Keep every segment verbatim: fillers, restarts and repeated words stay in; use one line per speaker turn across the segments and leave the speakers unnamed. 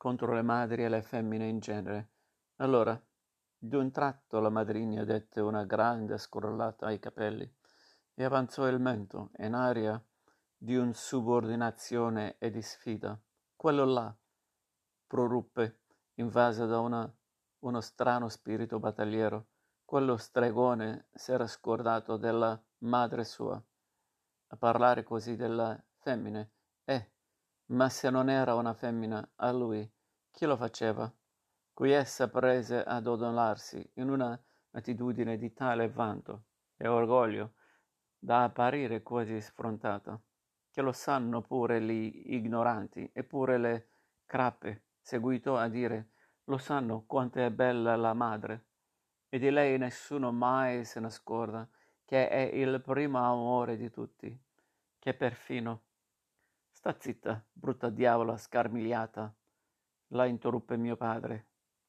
contro le madri e le femmine in genere. Allora, d'un tratto la madrigna dette una grande scrollata ai capelli e avanzò il mento in aria di insubordinazione e di sfida. Quello là, proruppe, invasa da una, uno strano spirito battagliero. Quello stregone s'era scordato della madre sua. A parlare così della femmine. Eh, ma se non era una femmina, a lui, chi lo faceva? Cui essa prese ad odolarsi in una attitudine di tale vanto e orgoglio da apparire quasi sfrontata, che lo sanno pure gli ignoranti, eppure le crappe seguitò a dire lo sanno quanto è bella la madre, e di lei nessuno mai se ne scorda, che è il primo amore di tutti, che perfino... Sta zitta, brutta diavola scarmigliata, la interruppe mio padre.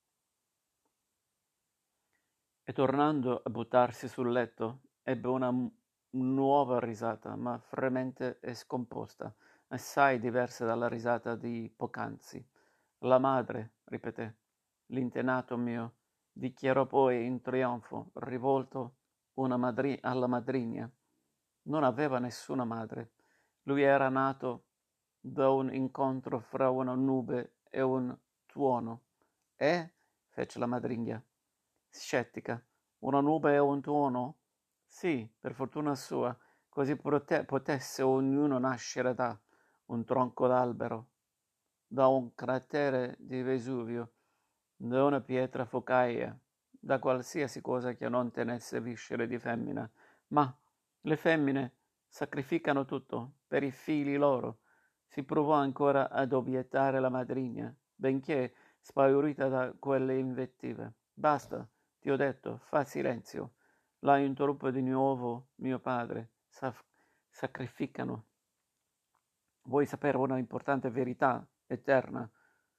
E tornando a buttarsi sul letto, ebbe una m- nuova risata, ma fremente e scomposta, assai diversa dalla risata di poc'anzi. La madre, ripeté, l'intenato mio, dichiarò poi in trionfo, rivolto una madri- alla madrigna. Non aveva nessuna madre. Lui era nato da un incontro fra una nube e un tuono. E? Fece la madrigna, scettica. Una nube e un tuono? Sì, per fortuna sua, così prote- potesse ognuno nascere da un tronco d'albero, da un cratere di Vesuvio, da una pietra focaia, da qualsiasi cosa che non tenesse viscere di femmina. Ma le femmine sacrificano tutto per i figli loro. Si provò ancora ad obiettare la madrigna, benché spaurita da quelle invettive. Basta, ti ho detto, fa silenzio. La interruppe di nuovo mio padre. Sa- sacrificano. Vuoi sapere una importante verità eterna?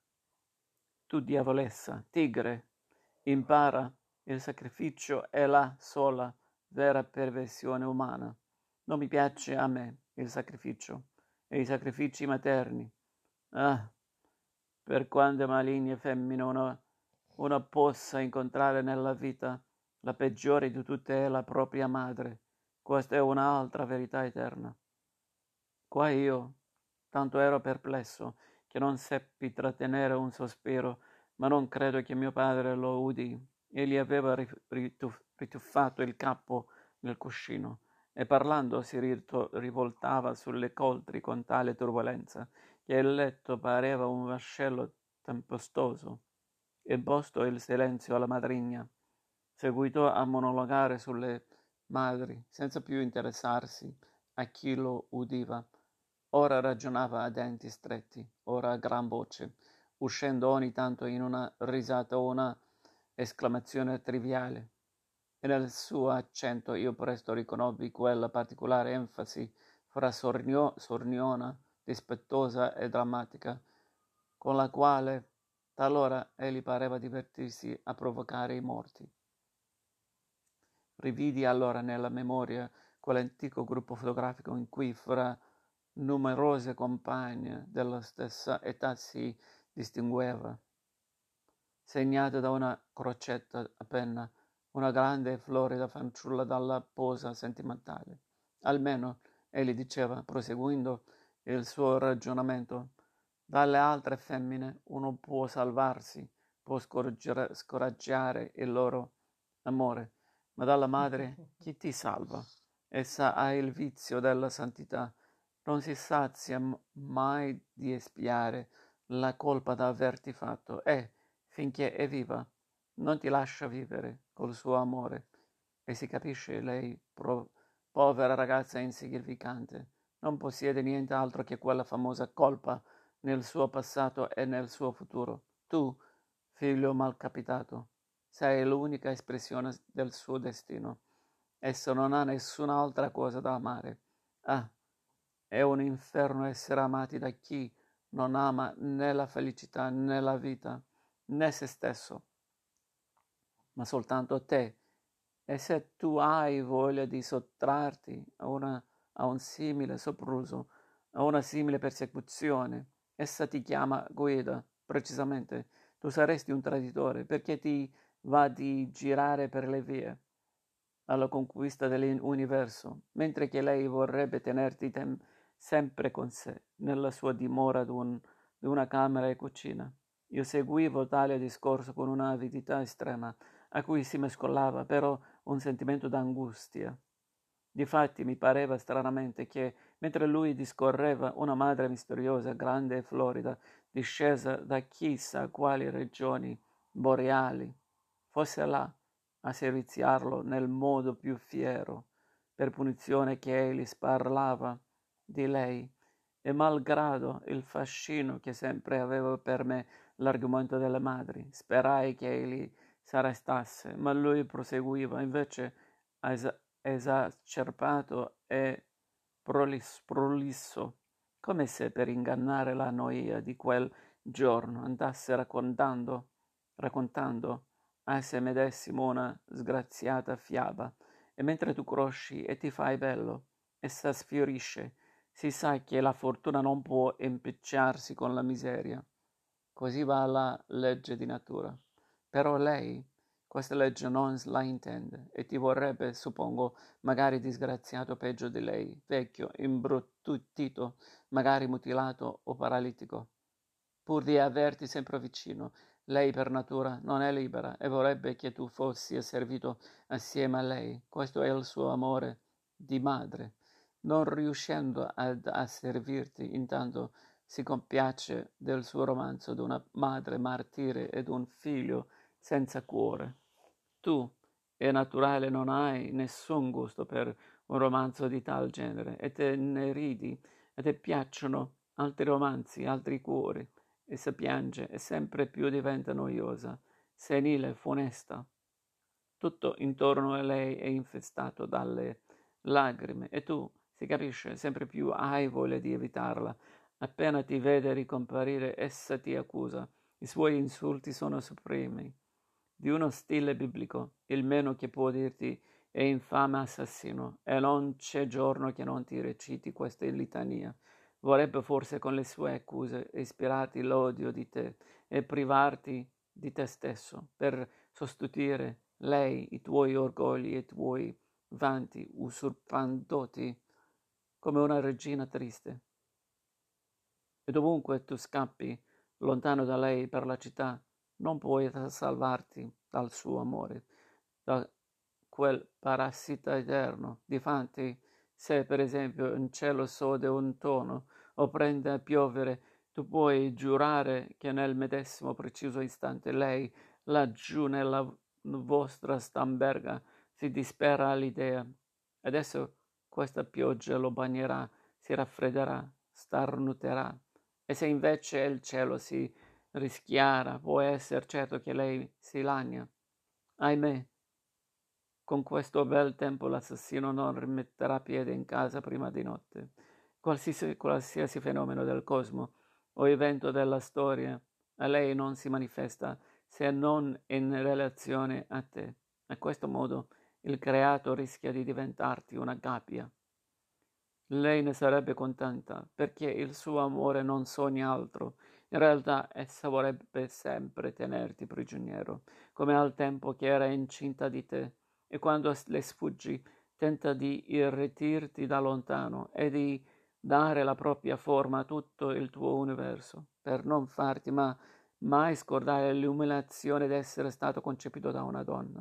Tu diavolessa, tigre, impara, il sacrificio è la sola vera perversione umana. Non mi piace a me il sacrificio e i sacrifici materni. Ah, per quante maligne femmine una, una possa incontrare nella vita, la peggiore di tutte è la propria madre. Questa è un'altra verità eterna. Qua io, tanto ero perplesso, che non seppi trattenere un sospiro, ma non credo che mio padre lo udì. Egli aveva rituff- rituffato il capo nel cuscino e parlando si rito- rivoltava sulle coltri con tale turbolenza che il letto pareva un vascello tempestoso. Imposto il silenzio alla madrigna, seguitò a monologare sulle madri, senza più interessarsi a chi lo udiva. Ora ragionava a denti stretti, ora a gran voce, uscendo ogni tanto in una risata o una esclamazione triviale. E nel suo accento io presto riconobbi quella particolare enfasi fra sornio- sorniona, dispettosa e drammatica, con la quale talora egli pareva divertirsi a provocare i morti. Rividi allora nella memoria quell'antico gruppo fotografico in cui fra numerose compagne della stessa età si distingueva, segnata da una crocetta a penna, una grande e florida fanciulla dalla posa sentimentale. Almeno, egli diceva, proseguendo il suo ragionamento, dalle altre femmine uno può salvarsi, può scoraggiare, scoraggiare il loro amore, ma dalla madre chi ti salva? Essa ha il vizio della santità, non si sazia mai di espiare la colpa da averti fatto e, finché è viva, non ti lascia vivere col suo amore. E si capisce lei, pro- povera ragazza insignificante, non possiede nient'altro che quella famosa colpa nel suo passato e nel suo futuro. Tu, figlio malcapitato, sei l'unica espressione del suo destino. Esso non ha nessun'altra cosa da amare. Ah, è un inferno essere amati da chi non ama né la felicità né la vita né se stesso, ma soltanto te. E se tu hai voglia di sottrarti a, una, a un simile sopruso, a una simile persecuzione, essa ti chiama guida, precisamente, tu saresti un traditore, perché ti va di girare per le vie alla conquista dell'universo, mentre che lei vorrebbe tenerti tem- sempre con sé, nella sua dimora d'un- di una camera e cucina. Io seguivo tale discorso con un'avidità estrema, a cui si mescolava però un sentimento d'angustia. Difatti mi pareva stranamente che, mentre lui discorreva, una madre misteriosa, grande e florida, discesa da chissà quali regioni boreali, fosse là a serviziarlo nel modo più fiero, per punizione che egli sparlava di lei, e malgrado il fascino che sempre aveva per me l'argomento delle madri, sperai che egli s'arrestasse, ma lui proseguiva invece a es- esacerbato e prolis- prolisso, come se per ingannare la noia di quel giorno andasse raccontando, raccontando a se medesimo una sgraziata fiaba, e mentre tu crosci e ti fai bello, essa sfiorisce, si sa che la fortuna non può impicciarsi con la miseria. Così va la legge di natura. Però lei questa legge non la intende e ti vorrebbe, suppongo, magari disgraziato peggio di lei, vecchio, imbruttito, magari mutilato o paralitico. Pur di averti sempre vicino, lei per natura non è libera e vorrebbe che tu fossi servito assieme a lei. Questo è il suo amore di madre. Non riuscendo ad asservirti, intanto si compiace del suo romanzo d'una madre martire ed un figlio senza cuore. Tu, è naturale, non hai nessun gusto per un romanzo di tal genere e te ne ridi e ti piacciono altri romanzi, altri cuori, e se piange e sempre più diventa noiosa, senile, funesta. Tutto intorno a lei è infestato dalle lagrime e tu, si capisce, sempre più hai voglia di evitarla. Appena ti vede ricomparire, essa ti accusa. I suoi insulti sono supremi. Di uno stile biblico, il meno che può dirti è infame assassino, e non c'è giorno che non ti reciti questa litania. Vorrebbe forse con le sue accuse ispirarti l'odio di te e privarti di te stesso, per sostituire lei i tuoi orgogli e i tuoi vanti, usurpandoti come una regina triste. E dovunque tu scappi, lontano da lei per la città, non puoi salvarti dal suo amore, da quel parassita eterno. Difatti, se per esempio un cielo sode un tono o prende a piovere, tu puoi giurare che nel medesimo preciso istante lei, laggiù nella vostra stamberga, si dispera all'idea. Adesso questa pioggia lo bagnerà, si raffredderà, starnuterà. E se invece il cielo si rischiara, può esser certo che lei si lagna. Ahimè, con questo bel tempo l'assassino non rimetterà piede in casa prima di notte. Qualsiasi, qualsiasi fenomeno del cosmo o evento della storia a lei non si manifesta se non in relazione a te. A questo modo il creato rischia di diventarti una gabbia. Lei ne sarebbe contenta, perché il suo amore non sogna altro. In realtà essa vorrebbe sempre tenerti prigioniero, come al tempo che era incinta di te, e quando le sfuggi tenta di irretirti da lontano e di dare la propria forma a tutto il tuo universo, per non farti ma mai scordare l'umiliazione d'essere stato concepito da una donna.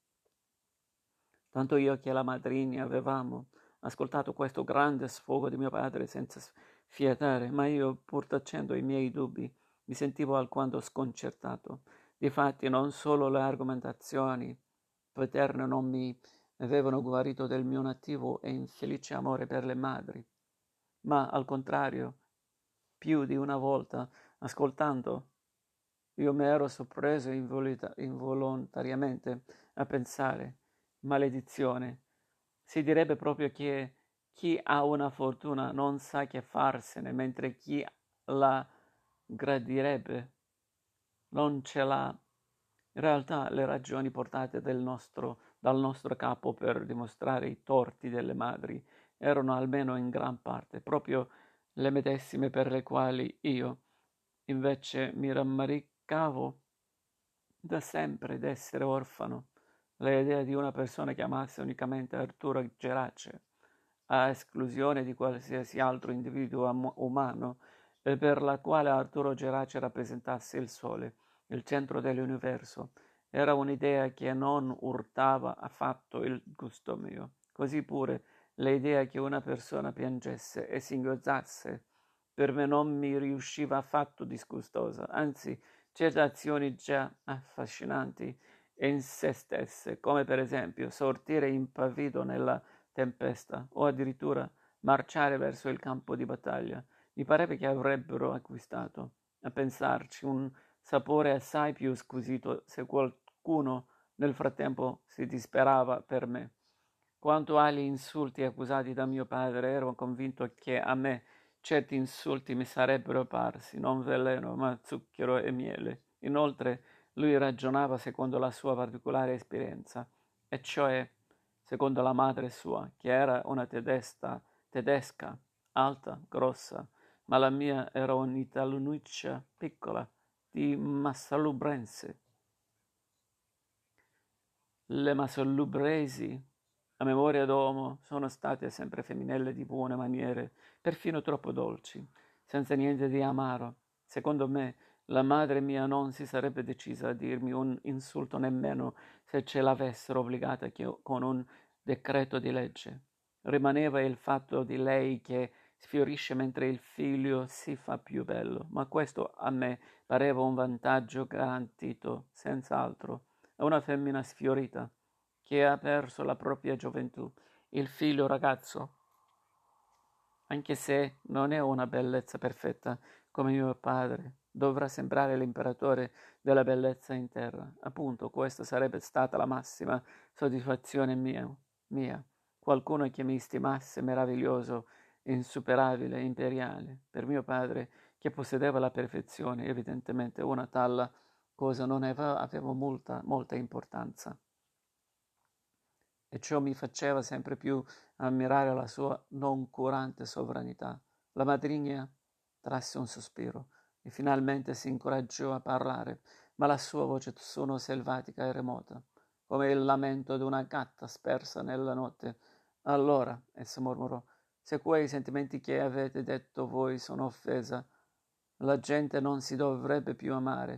Tanto io che la madrigna avevamo ascoltato questo grande sfogo di mio padre senza fiatare, ma io, pur tacendo i miei dubbi, mi sentivo alquanto sconcertato. Difatti, non solo le argomentazioni paterne non mi avevano guarito del mio nativo e infelice amore per le madri, ma al contrario, più di una volta, ascoltando, io mi ero sorpreso involita- involontariamente a pensare, maledizione, si direbbe proprio che chi ha una fortuna non sa che farsene, mentre chi la gradirebbe non ce l'ha. In realtà le ragioni portate del nostro, dal nostro capo per dimostrare i torti delle madri erano almeno in gran parte proprio le medesime per le quali io, Invece mi rammaricavo da sempre d'essere orfano. L'idea di una persona che amasse unicamente Arturo Gerace, a esclusione di qualsiasi altro individuo am- umano, e per la quale Arturo Gerace rappresentasse il sole, il centro dell'universo, era un'idea che non urtava affatto il gusto mio. Così pure l'idea che una persona piangesse e singhiozzasse per me non mi riusciva affatto disgustosa, anzi certe azioni già affascinanti in sé stesse, come per esempio sortire impavido nella tempesta o addirittura marciare verso il campo di battaglia, mi pareva che avrebbero acquistato, a pensarci, un sapore assai più squisito se qualcuno nel frattempo si disperava per me. Quanto agli insulti accusati da mio padre, ero convinto che a me certi insulti mi sarebbero parsi non veleno, ma zucchero e miele. Inoltre, lui ragionava secondo la sua particolare esperienza, e cioè secondo la madre sua, che era una tedesca, tedesca, alta, grossa, ma la mia era un'italianuccia piccola, di Massalubrense. Le Massalubresi, a memoria d'uomo, sono state sempre femminelle di buone maniere, perfino troppo dolci, senza niente di amaro. Secondo me, la madre mia non si sarebbe decisa a dirmi un insulto nemmeno se ce l'avessero obbligata che- con un decreto di legge. Rimaneva il fatto di lei che sfiorisce mentre il figlio si fa più bello, ma questo a me pareva un vantaggio garantito, senz'altro. È una femmina sfiorita che ha perso la propria gioventù, il figlio ragazzo, anche se non è una bellezza perfetta come mio padre, dovrà sembrare l'imperatore della bellezza in terra. Appunto, questa sarebbe stata la massima soddisfazione mia. mia. Qualcuno che mi stimasse meraviglioso, insuperabile, imperiale. Per mio padre, che possedeva la perfezione, evidentemente una tale cosa non aveva, aveva molta, molta importanza. E ciò mi faceva sempre più ammirare la sua noncurante sovranità. La madrigna trasse un sospiro e finalmente si incoraggiò a parlare, ma la sua voce suonò selvatica e remota, come il lamento di una gatta spersa nella notte. Allora, essa mormorò, se quei sentimenti che avete detto voi sono offesa, la gente non si dovrebbe più amare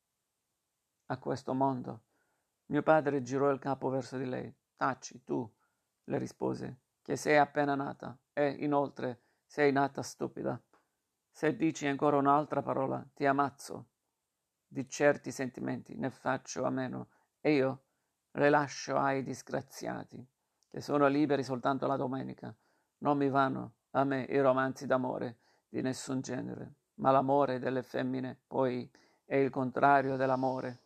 a questo mondo. Mio padre girò il capo verso di lei. Taci, tu, le rispose, che sei appena nata e, inoltre, sei nata stupida. Se dici ancora un'altra parola, ti ammazzo. Di certi sentimenti ne faccio a meno e io le lascio ai disgraziati, che sono liberi soltanto la domenica. Non mi vanno a me i romanzi d'amore di nessun genere, ma l'amore delle femmine, poi, è il contrario dell'amore.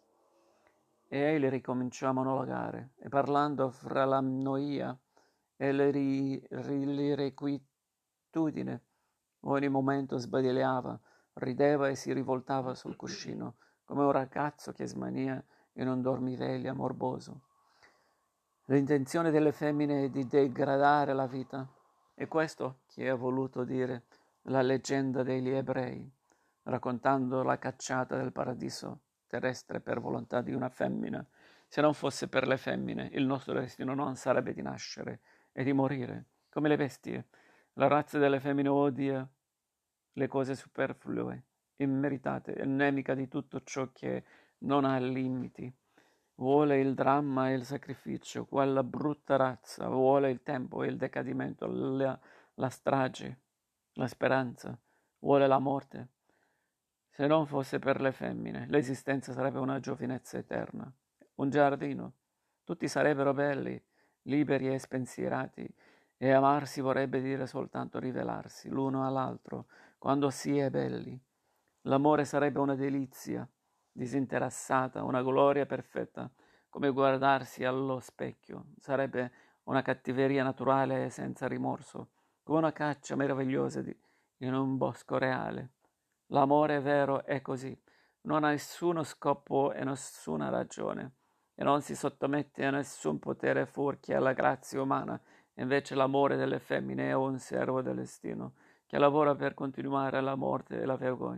E egli ricominciò a monologare, e parlando fra la noia e l'iri- ri- l'irrequietudine, ogni momento sbadigliava, rideva e si rivoltava sul cuscino, come un ragazzo che smania in un dormiveglia morboso. L'intenzione delle femmine è di degradare la vita. È questo che ha voluto dire la leggenda degli ebrei, raccontando la cacciata del paradiso terrestre per volontà di una femmina. Se non fosse per le femmine, il nostro destino non sarebbe di nascere e di morire, come le bestie. La razza delle femmine odia le cose superflue, immeritate, è nemica di tutto ciò che non ha limiti. Vuole il dramma e il sacrificio, quella brutta razza, vuole il tempo e il decadimento, la, la strage, la speranza, vuole la morte. Se non fosse per le femmine, l'esistenza sarebbe una giovinezza eterna, un giardino. Tutti sarebbero belli, liberi e spensierati, e amarsi vorrebbe dire soltanto rivelarsi l'uno all'altro quando si è belli. L'amore sarebbe una delizia disinteressata, una gloria perfetta, come guardarsi allo specchio. Sarebbe una cattiveria naturale e senza rimorso, come una caccia meravigliosa di, in un bosco reale. L'amore vero è così, non ha nessuno scopo e nessuna ragione, e non si sottomette a nessun potere fuorché alla grazia umana. Invece l'amore delle femmine è un servo del destino, che lavora per continuare la morte e la vergogna,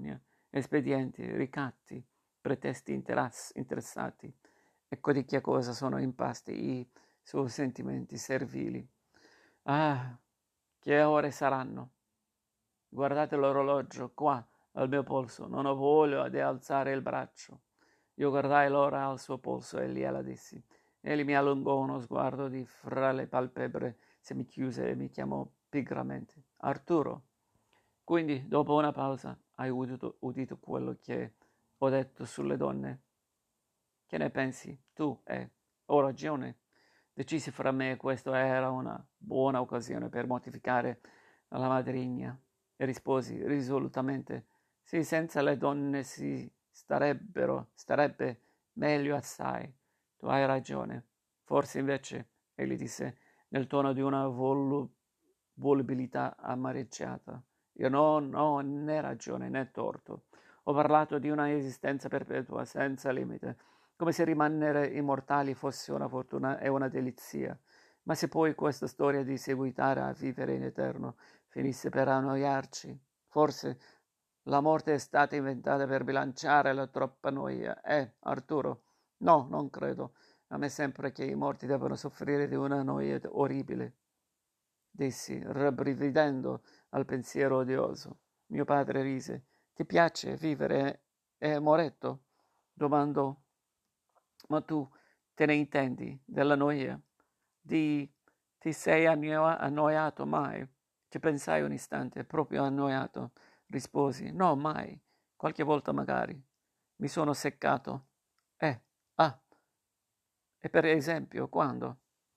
espedienti, ricatti, pretesti interas- interessati. Ecco di che cosa sono impasti i suoi sentimenti servili. Ah, che ore saranno? Guardate l'orologio qua al mio polso, non ho voglia di alzare il braccio. Io guardai l'ora al suo polso e gliela dissi. Egli mi allungò uno sguardo di fra le palpebre semichiuse e mi chiamò pigramente. Arturo. Quindi, dopo una pausa, hai udito, udito quello che ho detto sulle donne? Che ne pensi? Tu, eh, ho ragione. Decisi fra me che questa era una buona occasione per mortificare la madrigna e risposi risolutamente: sì, senza le donne si starebbero, starebbe meglio assai. Tu hai ragione. Forse invece, egli disse nel tono di una volu- volubilità amareggiata. Io no, no, né ragione né torto. Ho parlato di una esistenza perpetua, senza limite, come se rimanere immortali fosse una fortuna e una delizia. Ma se poi questa storia di seguitare a vivere in eterno finisse per annoiarci, forse la morte è stata inventata per bilanciare la troppa noia. Eh, Arturo? No, non credo. A me sembra che i morti debbano soffrire di una noia orribile, dissi, rabbrividendo al pensiero odioso. Mio padre rise. Ti piace vivere, eh, Moretto? Domandò. Ma tu te ne intendi della noia? Di ti sei annoi- annoiato mai? Ci pensai un istante, proprio annoiato. Risposi, no, mai. Qualche volta magari. Mi sono seccato. Eh, ah, e per esempio, quando?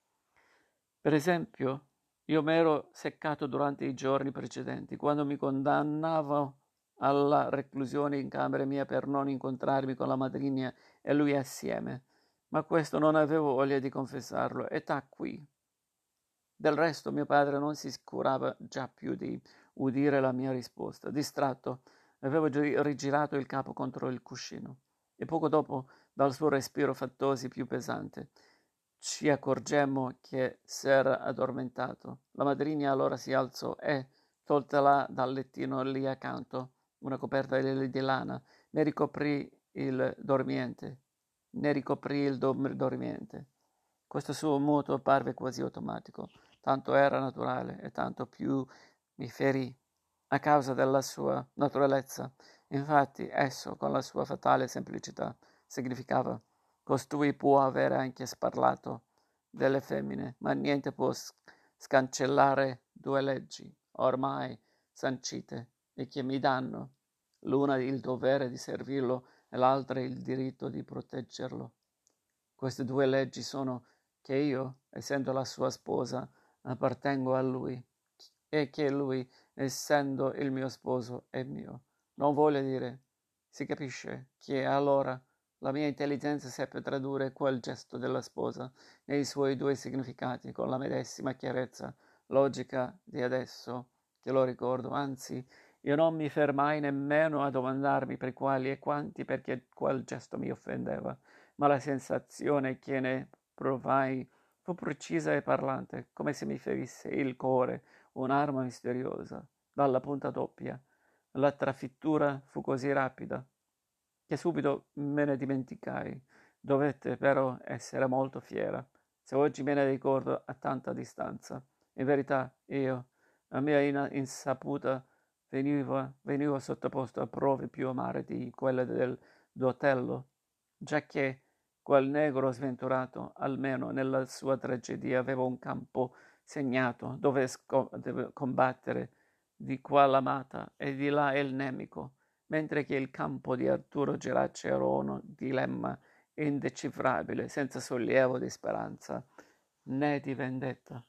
Per esempio, io m'ero seccato durante i giorni precedenti, quando mi condannavo alla reclusione in camera mia per non incontrarmi con la madrigna e lui assieme, ma questo non avevo voglia di confessarlo e tacqui. Del resto mio padre non si curava già più di udire la mia risposta. Distratto, avevo gi- rigirato il capo contro il cuscino e poco dopo, dal suo respiro fattosi più pesante, ci accorgemmo che s'era addormentato. La madrigna allora si alzò e, toltela dal lettino lì accanto, una coperta di, di lana, ne ricoprì il dormiente. Ne ricoprì il dom- dormiente. Questo suo moto parve quasi automatico, tanto era naturale e tanto più mi ferì a causa della sua naturalezza. Infatti, esso, con la sua fatale semplicità, significava: costui può avere anche sparlato delle femmine, ma niente può scancellare due leggi ormai sancite e che mi danno, l'una il dovere di servirlo e l'altra il diritto di proteggerlo. Queste due leggi sono che io, essendo la sua sposa, appartengo a lui e che lui, essendo il mio sposo, è mio. Non voglio dire, si capisce, che allora la mia intelligenza seppe tradurre quel gesto della sposa nei suoi due significati con la medesima chiarezza logica di adesso che lo ricordo, anzi, io non mi fermai nemmeno a domandarmi per quali e quanti perché quel gesto mi offendeva, ma la sensazione che ne provai fu precisa e parlante, come se mi ferisse il cuore un'arma misteriosa, dalla punta doppia. La trafittura fu così rapida che subito me ne dimenticai. Dovette però essere molto fiera, se oggi me ne ricordo a tanta distanza. In verità io, a mia in- insaputa, venivo, venivo sottoposto a prove più amare di quelle del Dotello, giacché quel negro sventurato, almeno nella sua tragedia, aveva un campo segnato dove, sco- dove combattere, di qua l'amata e di là il nemico, mentre che il campo di Arturo Gerace era uno dilemma indecifrabile, senza sollievo di speranza né di vendetta.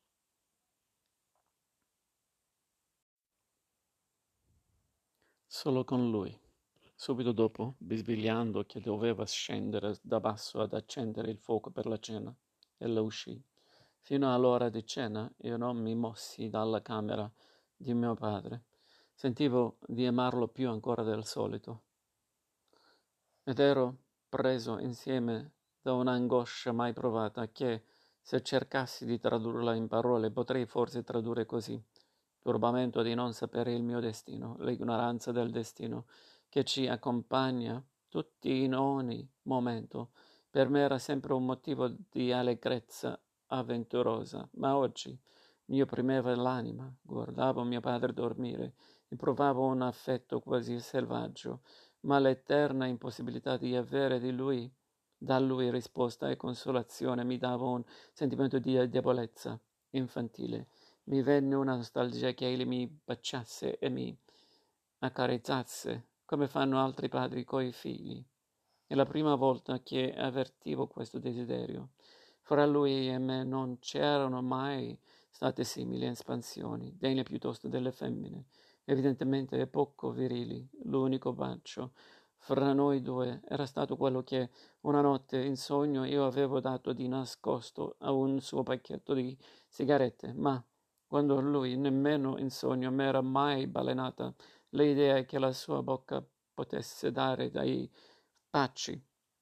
Solo con lui. Subito dopo, bisbigliando che doveva scendere da basso ad accendere il fuoco per la cena, ella uscì. Fino all'ora di cena io non mi mossi dalla camera di mio padre. Sentivo di amarlo più ancora del solito. Ed ero preso insieme da un'angoscia mai provata che, se cercassi di tradurla in parole, potrei forse tradurre così: turbamento di non sapere il mio destino, l'ignoranza del destino che ci accompagna tutti in ogni momento, per me era sempre un motivo di allegrezza avventurosa. Ma oggi mi opprimeva l'anima, guardavo mio padre dormire e provavo un affetto quasi selvaggio, ma l'eterna impossibilità di avere di lui, da lui risposta e consolazione, mi dava un sentimento di debolezza infantile. Mi venne una nostalgia che egli mi baciasse e mi accarezzasse, come fanno altri padri coi figli. È la prima volta che avvertivo questo desiderio. Fra lui e me non c'erano mai state simili espansioni, degne piuttosto delle femmine, evidentemente poco virili. L'unico bacio fra noi due era stato quello che una notte in sogno io avevo dato di nascosto a un suo pacchetto di sigarette, ma quando lui nemmeno in sogno m'era mai balenata l'idea che la sua bocca potesse dare dai baci.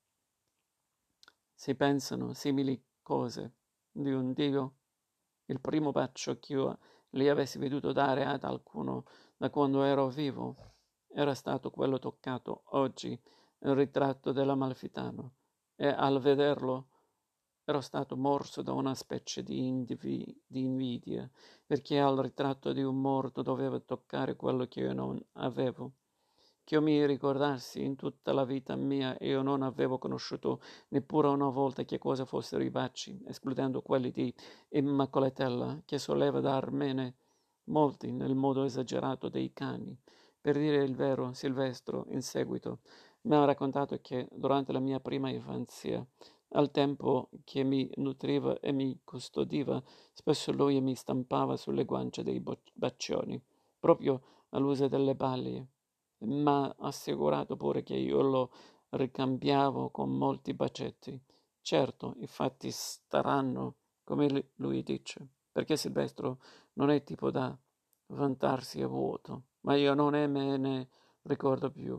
Si pensano simili cose di un Dio. Il primo bacio che io li avessi veduto dare ad alcuno da quando ero vivo era stato quello toccato oggi, il ritratto dell'Amalfitano, e al vederlo ero stato morso da una specie di, invi- di invidia, perché al ritratto di un morto doveva toccare quello che io non avevo. Che io mi ricordassi in tutta la vita mia, io non avevo conosciuto neppure una volta che cosa fossero i baci, escludendo quelli di Immacolatella, che soleva darmene molti nel modo esagerato dei cani. Per dire il vero, Silvestro, in seguito, mi ha raccontato che durante la mia prima infanzia, al tempo che mi nutriva e mi custodiva, spesso lui mi stampava sulle guance dei bo- bacioni, proprio all'uso delle balie. Ma ha assicurato pure che io lo ricambiavo con molti bacetti. Certo, i fatti staranno come lui dice, perché Silvestro non è tipo da vantarsi a vuoto, ma io non ne me ne ricordo più.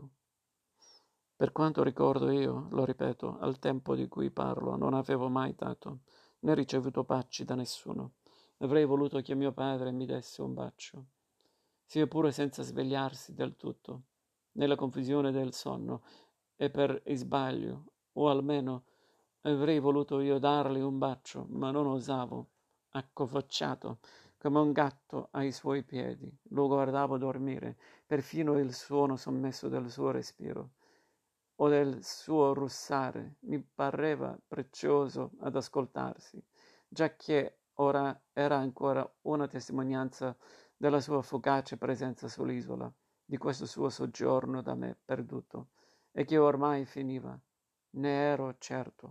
Per quanto ricordo io, lo ripeto, al tempo di cui parlo, non avevo mai dato né ricevuto baci da nessuno. Avrei voluto che mio padre mi desse un bacio, sia pure senza svegliarsi del tutto, nella confusione del sonno, e per sbaglio, o almeno avrei voluto io dargli un bacio, ma non osavo, accovacciato come un gatto ai suoi piedi. Lo guardavo dormire, perfino il suono sommesso del suo respiro o del suo russare mi pareva prezioso ad ascoltarsi, giacché ora era ancora una testimonianza della sua fugace presenza sull'isola, di questo suo soggiorno da me perduto, e che ormai finiva. Ne ero certo.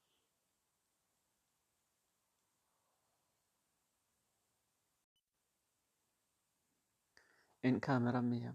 In camera mia.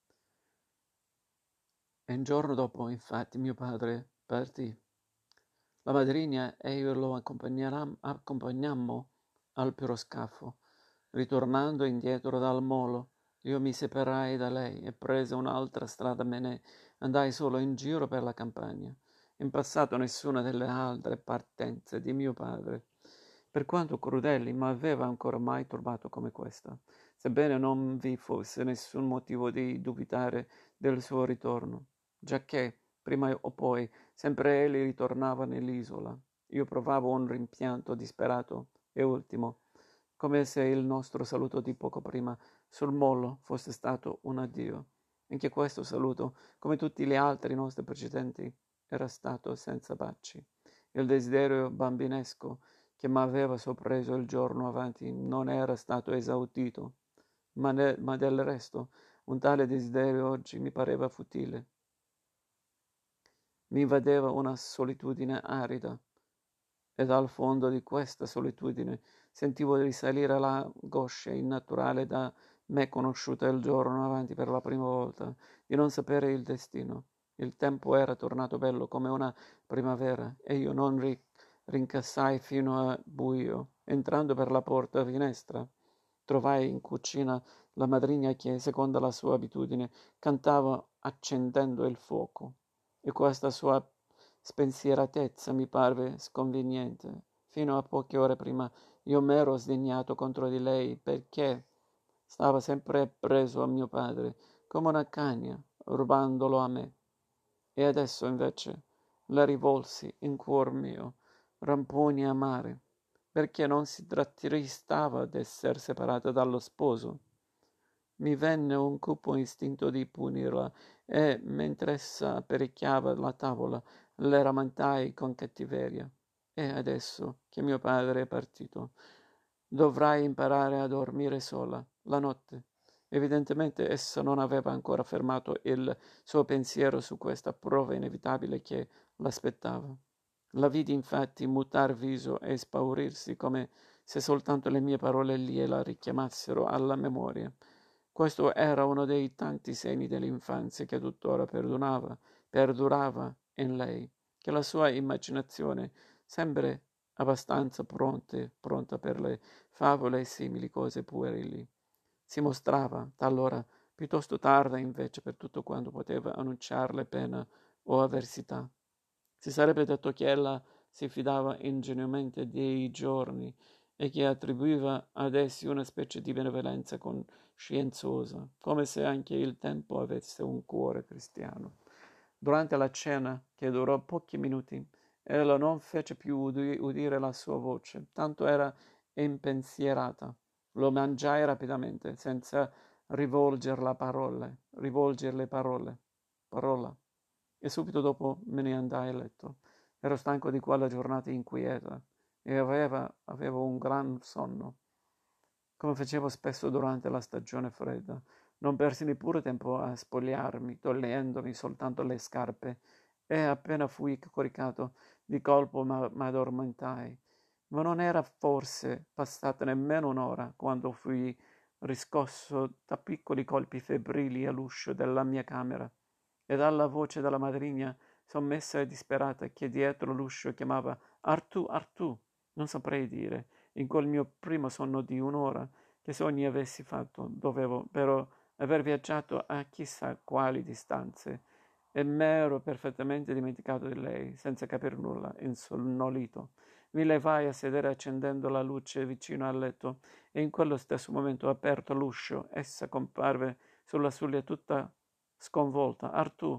E un giorno dopo, infatti, mio padre partì. La madrigna e io lo accompagnaram- accompagnammo al piroscafo. Ritornando indietro dal molo, io mi separai da lei e prese un'altra strada, me ne andai solo in giro per la campagna. In passato nessuna delle altre partenze di mio padre, per quanto crudeli, mi aveva ancora mai turbato come questa, sebbene non vi fosse nessun motivo di dubitare del suo ritorno, giacché, prima o poi, sempre egli ritornava nell'isola. Io provavo un rimpianto disperato e ultimo, come se il nostro saluto di poco prima sul molo fosse stato un addio. Anche questo saluto, come tutti gli altri nostri precedenti, era stato senza baci. Il desiderio bambinesco che m'aveva sorpreso il giorno avanti non era stato esaudito, ma, ne- ma del resto un tale desiderio oggi mi pareva futile. Mi invadeva una solitudine arida, e dal fondo di questa solitudine sentivo risalire l'angoscia innaturale da me conosciuta il giorno avanti per la prima volta, di non sapere il destino. Il tempo era tornato bello come una primavera e io non ri- rincassai fino a buio. Entrando per la porta finestra, trovai in cucina la madrigna che, secondo la sua abitudine, cantava accendendo il fuoco, e questa sua spensieratezza mi parve sconveniente. Fino a poche ore prima io m'ero sdegnato contro di lei perché stava sempre appresso a mio padre, come una cagna. rubandolo a me. E adesso invece la rivolsi in cuor mio, ramponi amare, perché non si rattristava d'esser separata dallo sposo. Mi venne un cupo istinto di punirla e, mentr'essa apparecchiava la tavola, le rammentai con cattiveria. E adesso che mio padre è partito, dovrai imparare a dormire sola la notte. Evidentemente essa non aveva ancora fermato il suo pensiero su questa prova inevitabile che l'aspettava. La vidi infatti mutar viso e spaurirsi come se soltanto le mie parole gliela richiamassero alla memoria. Questo era uno dei tanti segni dell'infanzia che tuttora perdurava, perdurava in lei, che la sua immaginazione, sempre abbastanza pronte, pronta per le favole e simili cose puerili, si mostrava talora piuttosto tarda invece per tutto quanto poteva annunciarle pena o avversità. Si sarebbe detto che ella si fidava ingenuamente dei giorni e che attribuiva ad essi una specie di benevolenza coscienziosa, come se anche il tempo avesse un cuore cristiano. Durante la cena, che durò pochi minuti, ella non fece più udi- udire la sua voce, tanto era impensierata. Lo mangiai rapidamente, senza rivolgerla parole, rivolgerle parole, parola, e subito dopo me ne andai a letto. Ero stanco di quella giornata inquieta e aveva, avevo un gran sonno, come facevo spesso durante la stagione fredda. Non persi neppure tempo a spogliarmi, togliendomi soltanto le scarpe, e appena fui coricato, di colpo m'addormentai. Ma non era forse passata nemmeno un'ora quando fui riscosso da piccoli colpi febbrili all'uscio della mia camera e dalla voce della madrigna sommessa e disperata che dietro l'uscio chiamava Artù, Artù. Non saprei dire, in quel mio primo sonno di un'ora, che sogni avessi fatto. Dovevo però aver viaggiato a chissà quali distanze e m'ero perfettamente dimenticato di lei, senza capir nulla, insonnolito. Mi levai a sedere accendendo la luce vicino al letto e in quello stesso momento, aperto l'uscio, essa comparve sulla soglia tutta sconvolta. Artù,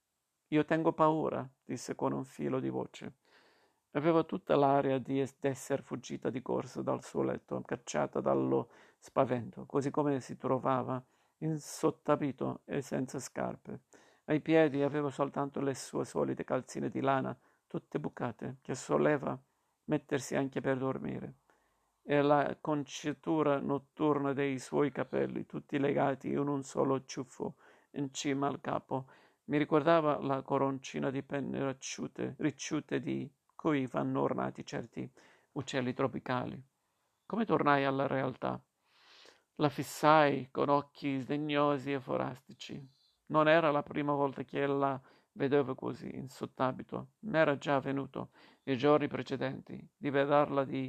io tengo paura, disse con un filo di voce. Aveva tutta l'aria di esser fuggita di corsa dal suo letto, cacciata dallo spavento, così come si trovava, insottabito e senza scarpe. Ai piedi aveva soltanto le sue solite calzine di lana, tutte bucate, che soleva mettersi anche per dormire, e la conciatura notturna dei suoi capelli, tutti legati in un solo ciuffo in cima al capo, mi ricordava la coroncina di penne ricciute, ricciute di cui vanno ornati certi uccelli tropicali. Come tornai alla realtà? La fissai con occhi sdegnosi e forastici. Non era la prima volta che la vedevo così, in sottabito. M'era già avvenuto, i giorni precedenti, di vederla di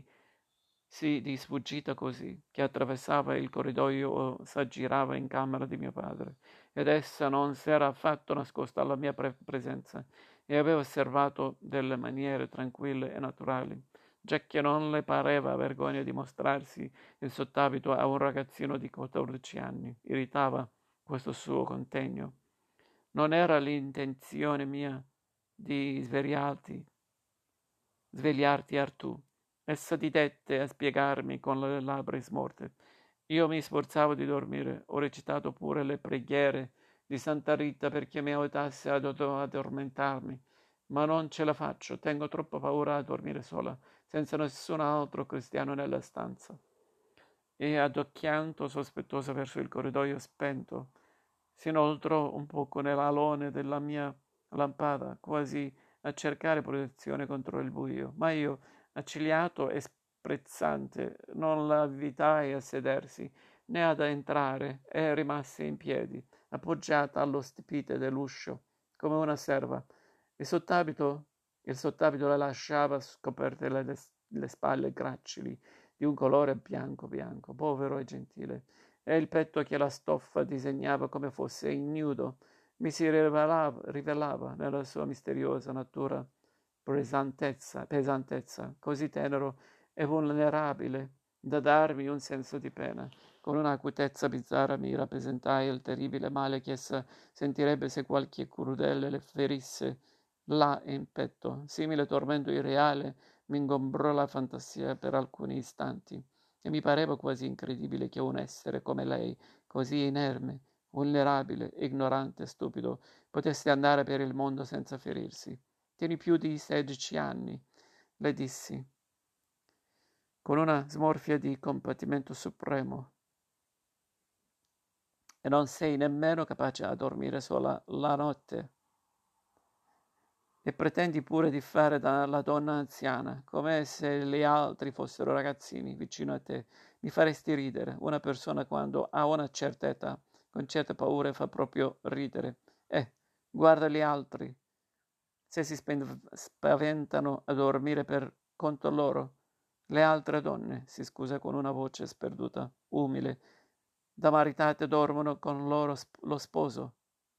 sì, di sfuggita così, che attraversava il corridoio o s'aggirava in camera di mio padre, ed essa non s'era affatto nascosta alla mia pre- presenza e aveva osservato delle maniere tranquille e naturali, giacché non le pareva vergogna di mostrarsi in sottabito a un ragazzino di quattordici anni. Irritava questo suo contegno. Non era l'intenzione mia di svegliarti, svegliarti, Artù. Essa didette a spiegarmi con le labbra smorte. Io mi sforzavo di dormire, ho recitato pure le preghiere di Santa Rita perché mi aiutasse ad addormentarmi, ma non ce la faccio, tengo troppa paura a dormire sola, senza nessun altro cristiano nella stanza. E adocchiando sospettosa verso il corridoio spento, si inoltrò un poco nell'alone della mia lampada, quasi a cercare protezione contro il buio, ma io, accigliato e sprezzante, non la invitai a sedersi né ad entrare e rimase in piedi, appoggiata allo stipite dell'uscio, come una serva. Il sottabito, il sottabito le lasciava scoperte le, le spalle gracili di un colore bianco bianco, povero e gentile, e il petto che la stoffa disegnava come fosse ignudo mi si rivelava, rivelava nella sua misteriosa natura pesantezza, pesantezza, così tenero e vulnerabile da darmi un senso di pena. Con un'acutezza bizzarra mi rappresentai il terribile male che essa sentirebbe se qualche crudele le ferisse là in petto. Simile tormento irreale mi ingombrò la fantasia per alcuni istanti e mi pareva quasi incredibile che un essere come lei, così inerme, vulnerabile, ignorante, stupido, potesse andare per il mondo senza ferirsi. Tieni più di sedici anni, le dissi, con una smorfia di compatimento supremo, e non sei nemmeno capace a dormire sola la notte. E pretendi pure di fare da la donna anziana, come se gli altri fossero ragazzini vicino a te. Mi faresti ridere. Una persona quando ha una certa età, con certe paure, fa proprio ridere. Eh, guarda gli altri. Se si spen- spaventano a dormire per conto loro. Le altre donne, si scusa con una voce sperduta, umile, da maritate dormono con loro sp- lo sposo.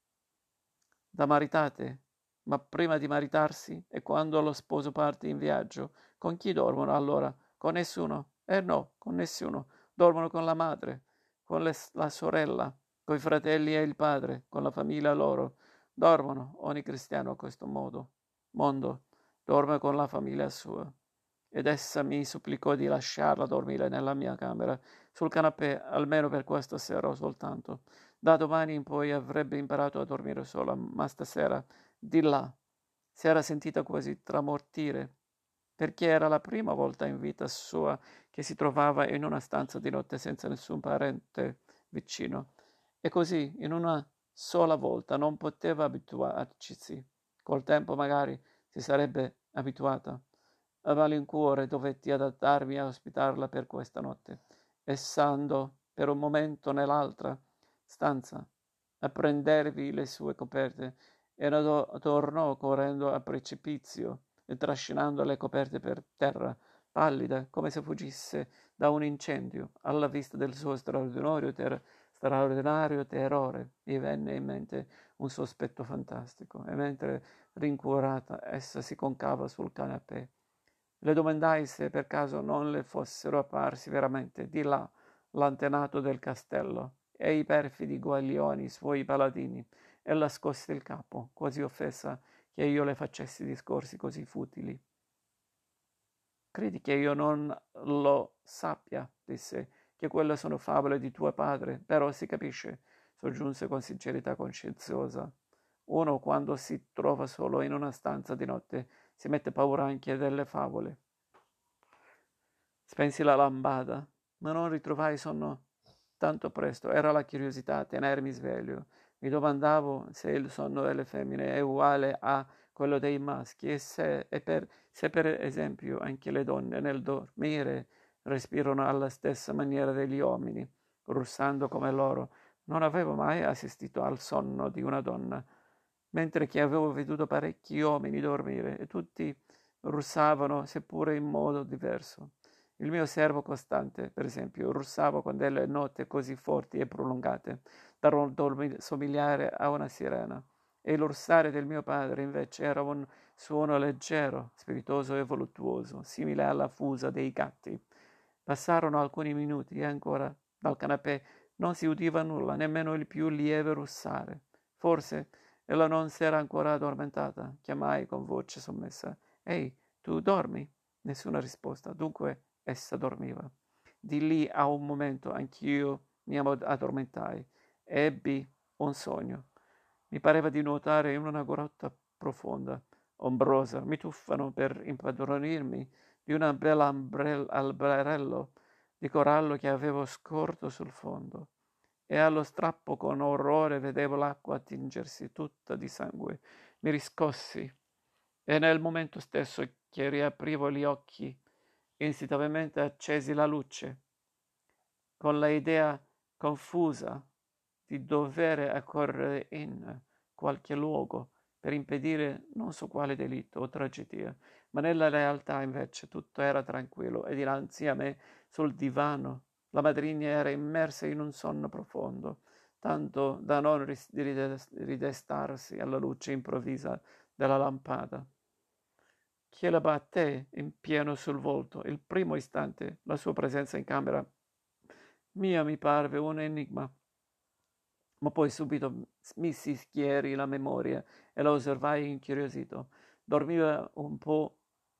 Da maritate? Ma prima di maritarsi e quando lo sposo parte in viaggio, con chi dormono allora? Con nessuno? Eh no, con nessuno. Dormono con la madre, con le, la sorella, con i fratelli e il padre, con la famiglia loro. Dormono, ogni cristiano a questo modo. Mondo, dorme con la famiglia sua. Ed essa mi supplicò di lasciarla dormire nella mia camera, sul canapè, almeno per questa sera soltanto. Da domani in poi avrebbe imparato a dormire sola, ma stasera, di là, si era sentita quasi tramortire, perché era la prima volta in vita sua che si trovava in una stanza di notte senza nessun parente vicino. E così, in una sola volta, non poteva abituarcisi. Col tempo magari si sarebbe abituata. A malincuore dovetti adattarmi a ospitarla per questa notte, e stando per un momento nell'altra stanza a prendervi le sue coperte, e do- tornò correndo a precipizio e trascinando le coperte per terra, pallida, come se fuggisse da un incendio. Alla vista del suo straordinario, ter- straordinario terrore mi venne in mente un sospetto fantastico, e mentre rincuorata essa si concava sul canapè. Le domandai se per caso non le fossero apparsi veramente di là l'antenato del castello e i perfidi guaglioni suoi paladini. Ella scosse il capo, quasi offesa che io le facessi discorsi così futili. Credi che io non lo sappia, disse, che quelle sono favole di tuo padre, però si capisce, soggiunse con sincerità coscienziosa. Uno, quando si trova solo in una stanza di notte, si mette paura anche delle favole. Spensi la lampada, ma non ritrovai sonno tanto presto. Era la curiosità a tenermi sveglio. Mi domandavo se il sonno delle femmine è uguale a quello dei maschi e se, e per, se per esempio anche le donne nel dormire respirano alla stessa maniera degli uomini, russando come loro. Non avevo mai assistito al sonno di una donna, mentre che avevo veduto parecchi uomini dormire e tutti russavano, seppure in modo diverso. Il mio servo costante, per esempio, russava con delle note così forti e prolungate da somigliare a una sirena, e l'ursare del mio padre invece era un suono leggero, spiritoso e voluttuoso, simile alla fusa dei gatti. Passarono alcuni minuti e ancora dal canapè non si udiva nulla, nemmeno il più lieve russare. Forse ella non s'era ancora addormentata. Chiamai con voce sommessa: «Ehi, tu dormi?» Nessuna risposta. Dunque essa dormiva. Di lì a un momento anch'io mi addormentai. Ebbi un sogno. Mi pareva di nuotare in una grotta profonda, ombrosa. Mi tuffano per impadronirmi di un bel alberello di corallo che avevo scorto sul fondo, e allo strappo con orrore vedevo l'acqua tingersi tutta di sangue. Mi riscossi e nel momento stesso che riaprivo gli occhi, istintivamente accesi la luce, con l'idea confusa di dovere accorrere in qualche luogo per impedire non so quale delitto o tragedia, ma nella realtà invece tutto era tranquillo e dinanzi a me sul divano la madrigna era immersa in un sonno profondo, tanto da non ris- ridestarsi alla luce improvvisa della lampada, che la batté in pieno sul volto. Il primo istante la sua presenza in camera Mia mi parve un enigma, ma poi subito mi si schiarì la memoria e la osservai incuriosito. Dormiva un po'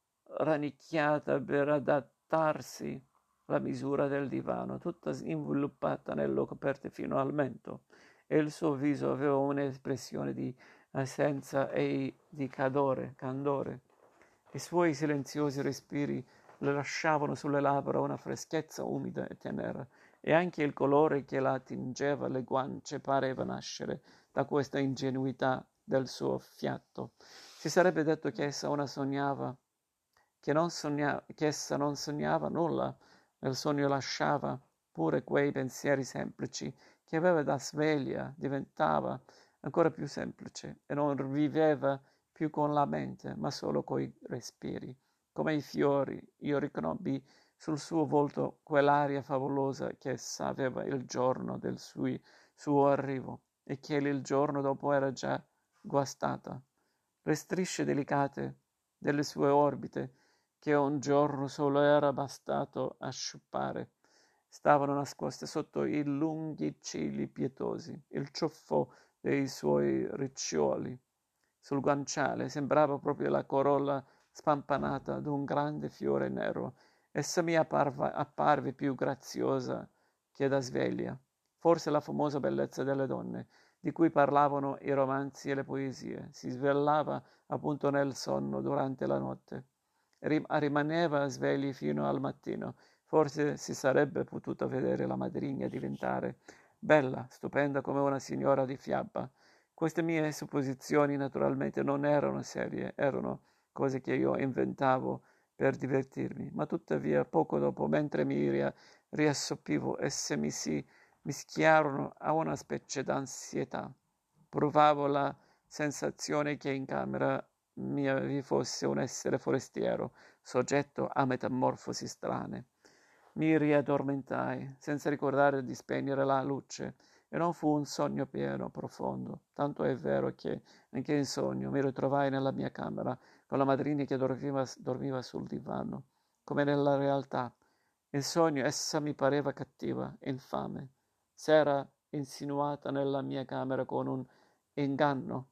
rannicchiata per adattarsi alla misura del divano, tutta involuppata nelle coperte fino al mento, e il suo viso aveva un'espressione di assenza e di cadore, candore. I suoi silenziosi respiri le lasciavano sulle labbra una freschezza umida e tenera, e anche il colore che la tingeva le guance pareva nascere da questa ingenuità del suo fiato. Si sarebbe detto che essa una sognava, che, non sogna, che essa non sognava nulla, nel sogno lasciava pure quei pensieri semplici che aveva da sveglia, diventava ancora più semplice e non viveva più con la mente, ma solo coi respiri. Come i fiori, io riconobbi sul suo volto quell'aria favolosa che essa aveva il giorno del sui, suo arrivo e che il giorno dopo era già guastata. Le strisce delicate delle sue orbite, che un giorno solo era bastato a sciupare, stavano nascoste sotto i lunghi cigli pietosi. Il ciuffo dei suoi riccioli sul guanciale sembrava proprio la corolla spampanata d'un grande fiore nero. Essa mi apparva, apparve più graziosa che da sveglia. Forse la famosa bellezza delle donne, di cui parlavano i romanzi e le poesie, si svelava appunto nel sonno durante la notte. Rim- rimaneva svegli fino al mattino. Forse si sarebbe potuta vedere la madrigna diventare bella, stupenda come una signora di fiaba. Queste mie supposizioni naturalmente non erano serie, erano cose che io inventavo per divertirmi, ma tuttavia poco dopo, mentre mi ria- riassoppivo, esse mi si mischiarono a una specie d'ansietà. Provavo la sensazione che in camera mia vi fosse un essere forestiero, soggetto a metamorfosi strane. Mi riaddormentai, senza ricordare di spegnere la luce, e non fu un sogno pieno, profondo. Tanto è vero che, anche in sogno, mi ritrovai nella mia camera, con la madrina che dormiva, dormiva sul divano, come nella realtà. In sogno essa mi pareva cattiva, infame. S'era insinuata nella mia camera con un inganno,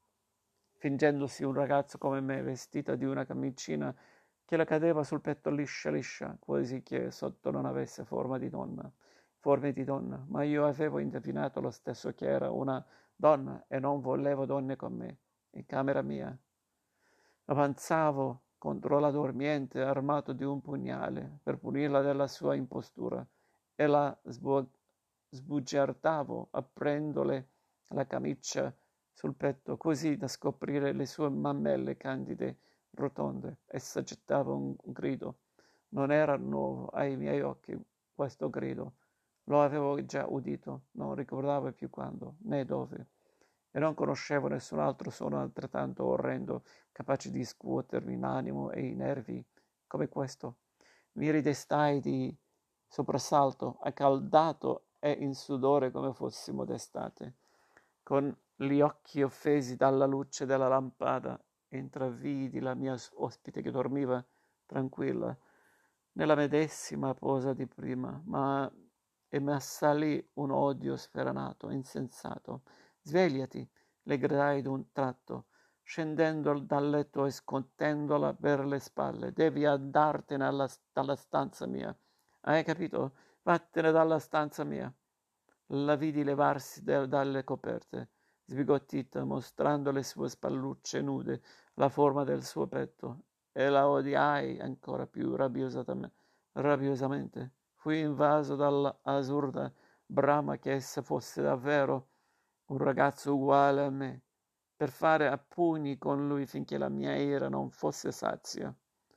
fingendosi un ragazzo come me, vestita di una camicina che le cadeva sul petto liscia liscia, quasi che sotto non avesse forma di donna, forme di donna, ma io avevo indovinato lo stesso che era una donna e non volevo donne con me, in camera mia. Avanzavo contro la dormiente armato di un pugnale per punirla della sua impostura e la sbu- sbugiardavo aprendole la camicia sul petto così da scoprire le sue mammelle candide rotonde. Essa gettava un grido. Non era nuovo ai miei occhi questo grido. Lo avevo già udito, non ricordavo più quando né dove, e non conoscevo nessun altro suono altrettanto orrendo, capace di scuotermi l'animo e i nervi come questo. Mi ridestai di soprassalto, accaldato e in sudore come fossimo d'estate. Con gli occhi offesi dalla luce della lampada, intravidi la mia ospite che dormiva tranquilla nella medesima posa di prima, ma e mi assalì un odio sfrenato, insensato. Svegliati, le gridai d'un tratto, scendendo dal letto e scontendola per le spalle. Devi andartene alla, dalla stanza mia. Hai capito? Vattene dalla stanza mia. La vidi levarsi de- dalle coperte, sbigottita, mostrando le sue spallucce nude, la forma del suo petto, e la odiai ancora più rabbiosamente. Fui invaso dall'assurda brama che essa fosse davvero un ragazzo uguale a me, per fare a pugni con lui finché la mia ira non fosse sazia.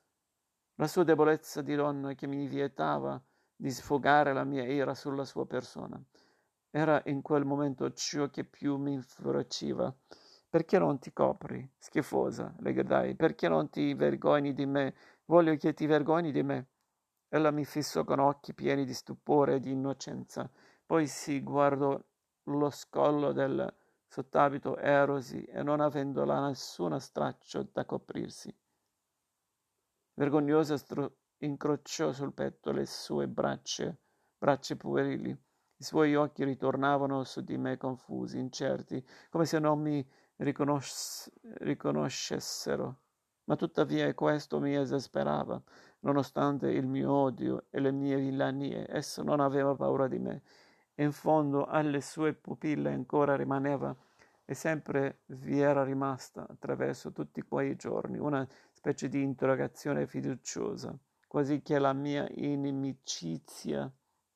La sua debolezza di donna che mi vietava di sfogare la mia ira sulla sua persona era in quel momento ciò che più mi infuriciva. Perché non ti copri, schifosa? Le gridai. Perché non ti vergogni di me? Voglio che ti vergogni di me. Ella mi fissò con occhi pieni di stupore e di innocenza. Poi si guardò lo scollo del sottabito erosi e non avendo là nessuno straccio da coprirsi. Vergognosa stro- incrociò sul petto le sue braccia braccia puerili. I suoi occhi ritornavano su di me confusi, incerti, come se non mi riconosc- riconoscessero. Ma tuttavia questo mi esasperava. Nonostante il mio odio e le mie villanie, esso non aveva paura di me. In fondo alle sue pupille ancora rimaneva e sempre vi era rimasta attraverso tutti quei giorni una specie di interrogazione fiduciosa, quasi che la mia inimicizia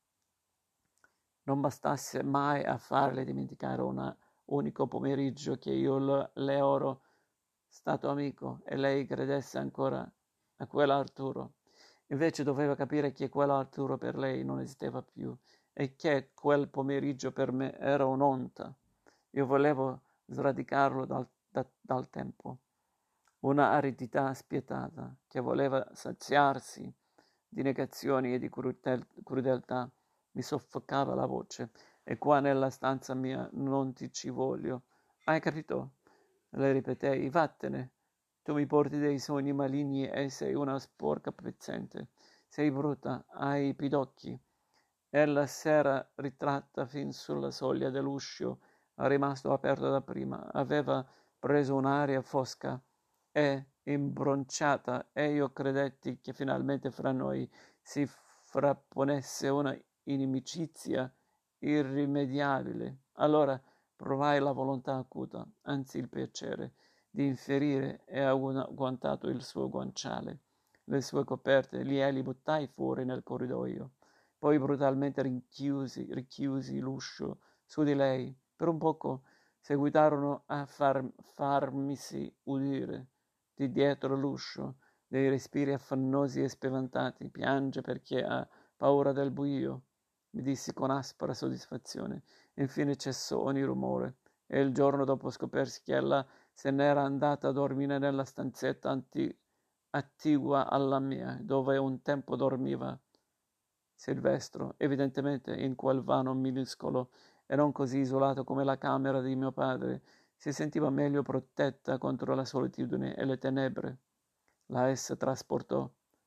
non bastasse mai a farle dimenticare un unico pomeriggio che io le ero stato amico e lei credesse ancora a quell'Arturo. Invece doveva capire che quell'Arturo per lei non esisteva più e che quel pomeriggio per me era un'onta. Io volevo sradicarlo dal, da, dal tempo, una aridità spietata che voleva saziarsi di negazioni e di crudel- crudeltà. Mi soffocava la voce e qua nella stanza mia non ti ci voglio. Hai capito? Le ripetei, vattene. Tu mi porti dei sogni maligni e sei una sporca pezzente. Sei brutta, hai i pidocchi. Ella s'era ritratta fin sulla soglia dell'uscio, rimasto aperto da prima. Aveva preso un'aria fosca e imbronciata e io credetti che finalmente fra noi si frapponesse una inimicizia irrimediabile. Allora provai la volontà acuta, anzi il piacere, di inferire e agguantato il suo guanciale, le sue coperte, glieli buttai fuori nel corridoio. Poi brutalmente rinchiusi, richiusi l'uscio su di lei. Per un poco seguitarono a far, farmisi udire di dietro l'uscio dei respiri affannosi e spaventati. Piange perché ha paura del buio, mi dissi con aspra soddisfazione. Infine cessò ogni rumore e il giorno dopo scopersi che ella se n'era andata a dormire nella stanzetta anti- attigua alla mia, dove un tempo dormiva Silvestro, evidentemente in quel vano minuscolo e non così isolato come la camera di mio padre, si sentiva meglio protetta contro la solitudine e le tenebre. La essa trasportò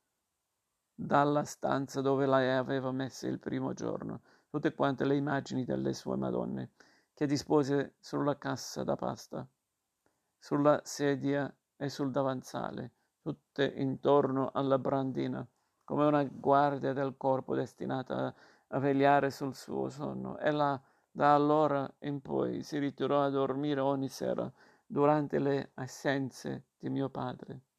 dalla stanza dove la aveva messa il primo giorno tutte quante le immagini delle sue Madonne, che dispose sulla cassa da pasta, sulla sedia e sul davanzale, tutte intorno alla brandina, come una guardia del corpo destinata a vegliare sul suo sonno. Ella da allora in poi si ritirò a dormire ogni sera durante le assenze di mio padre.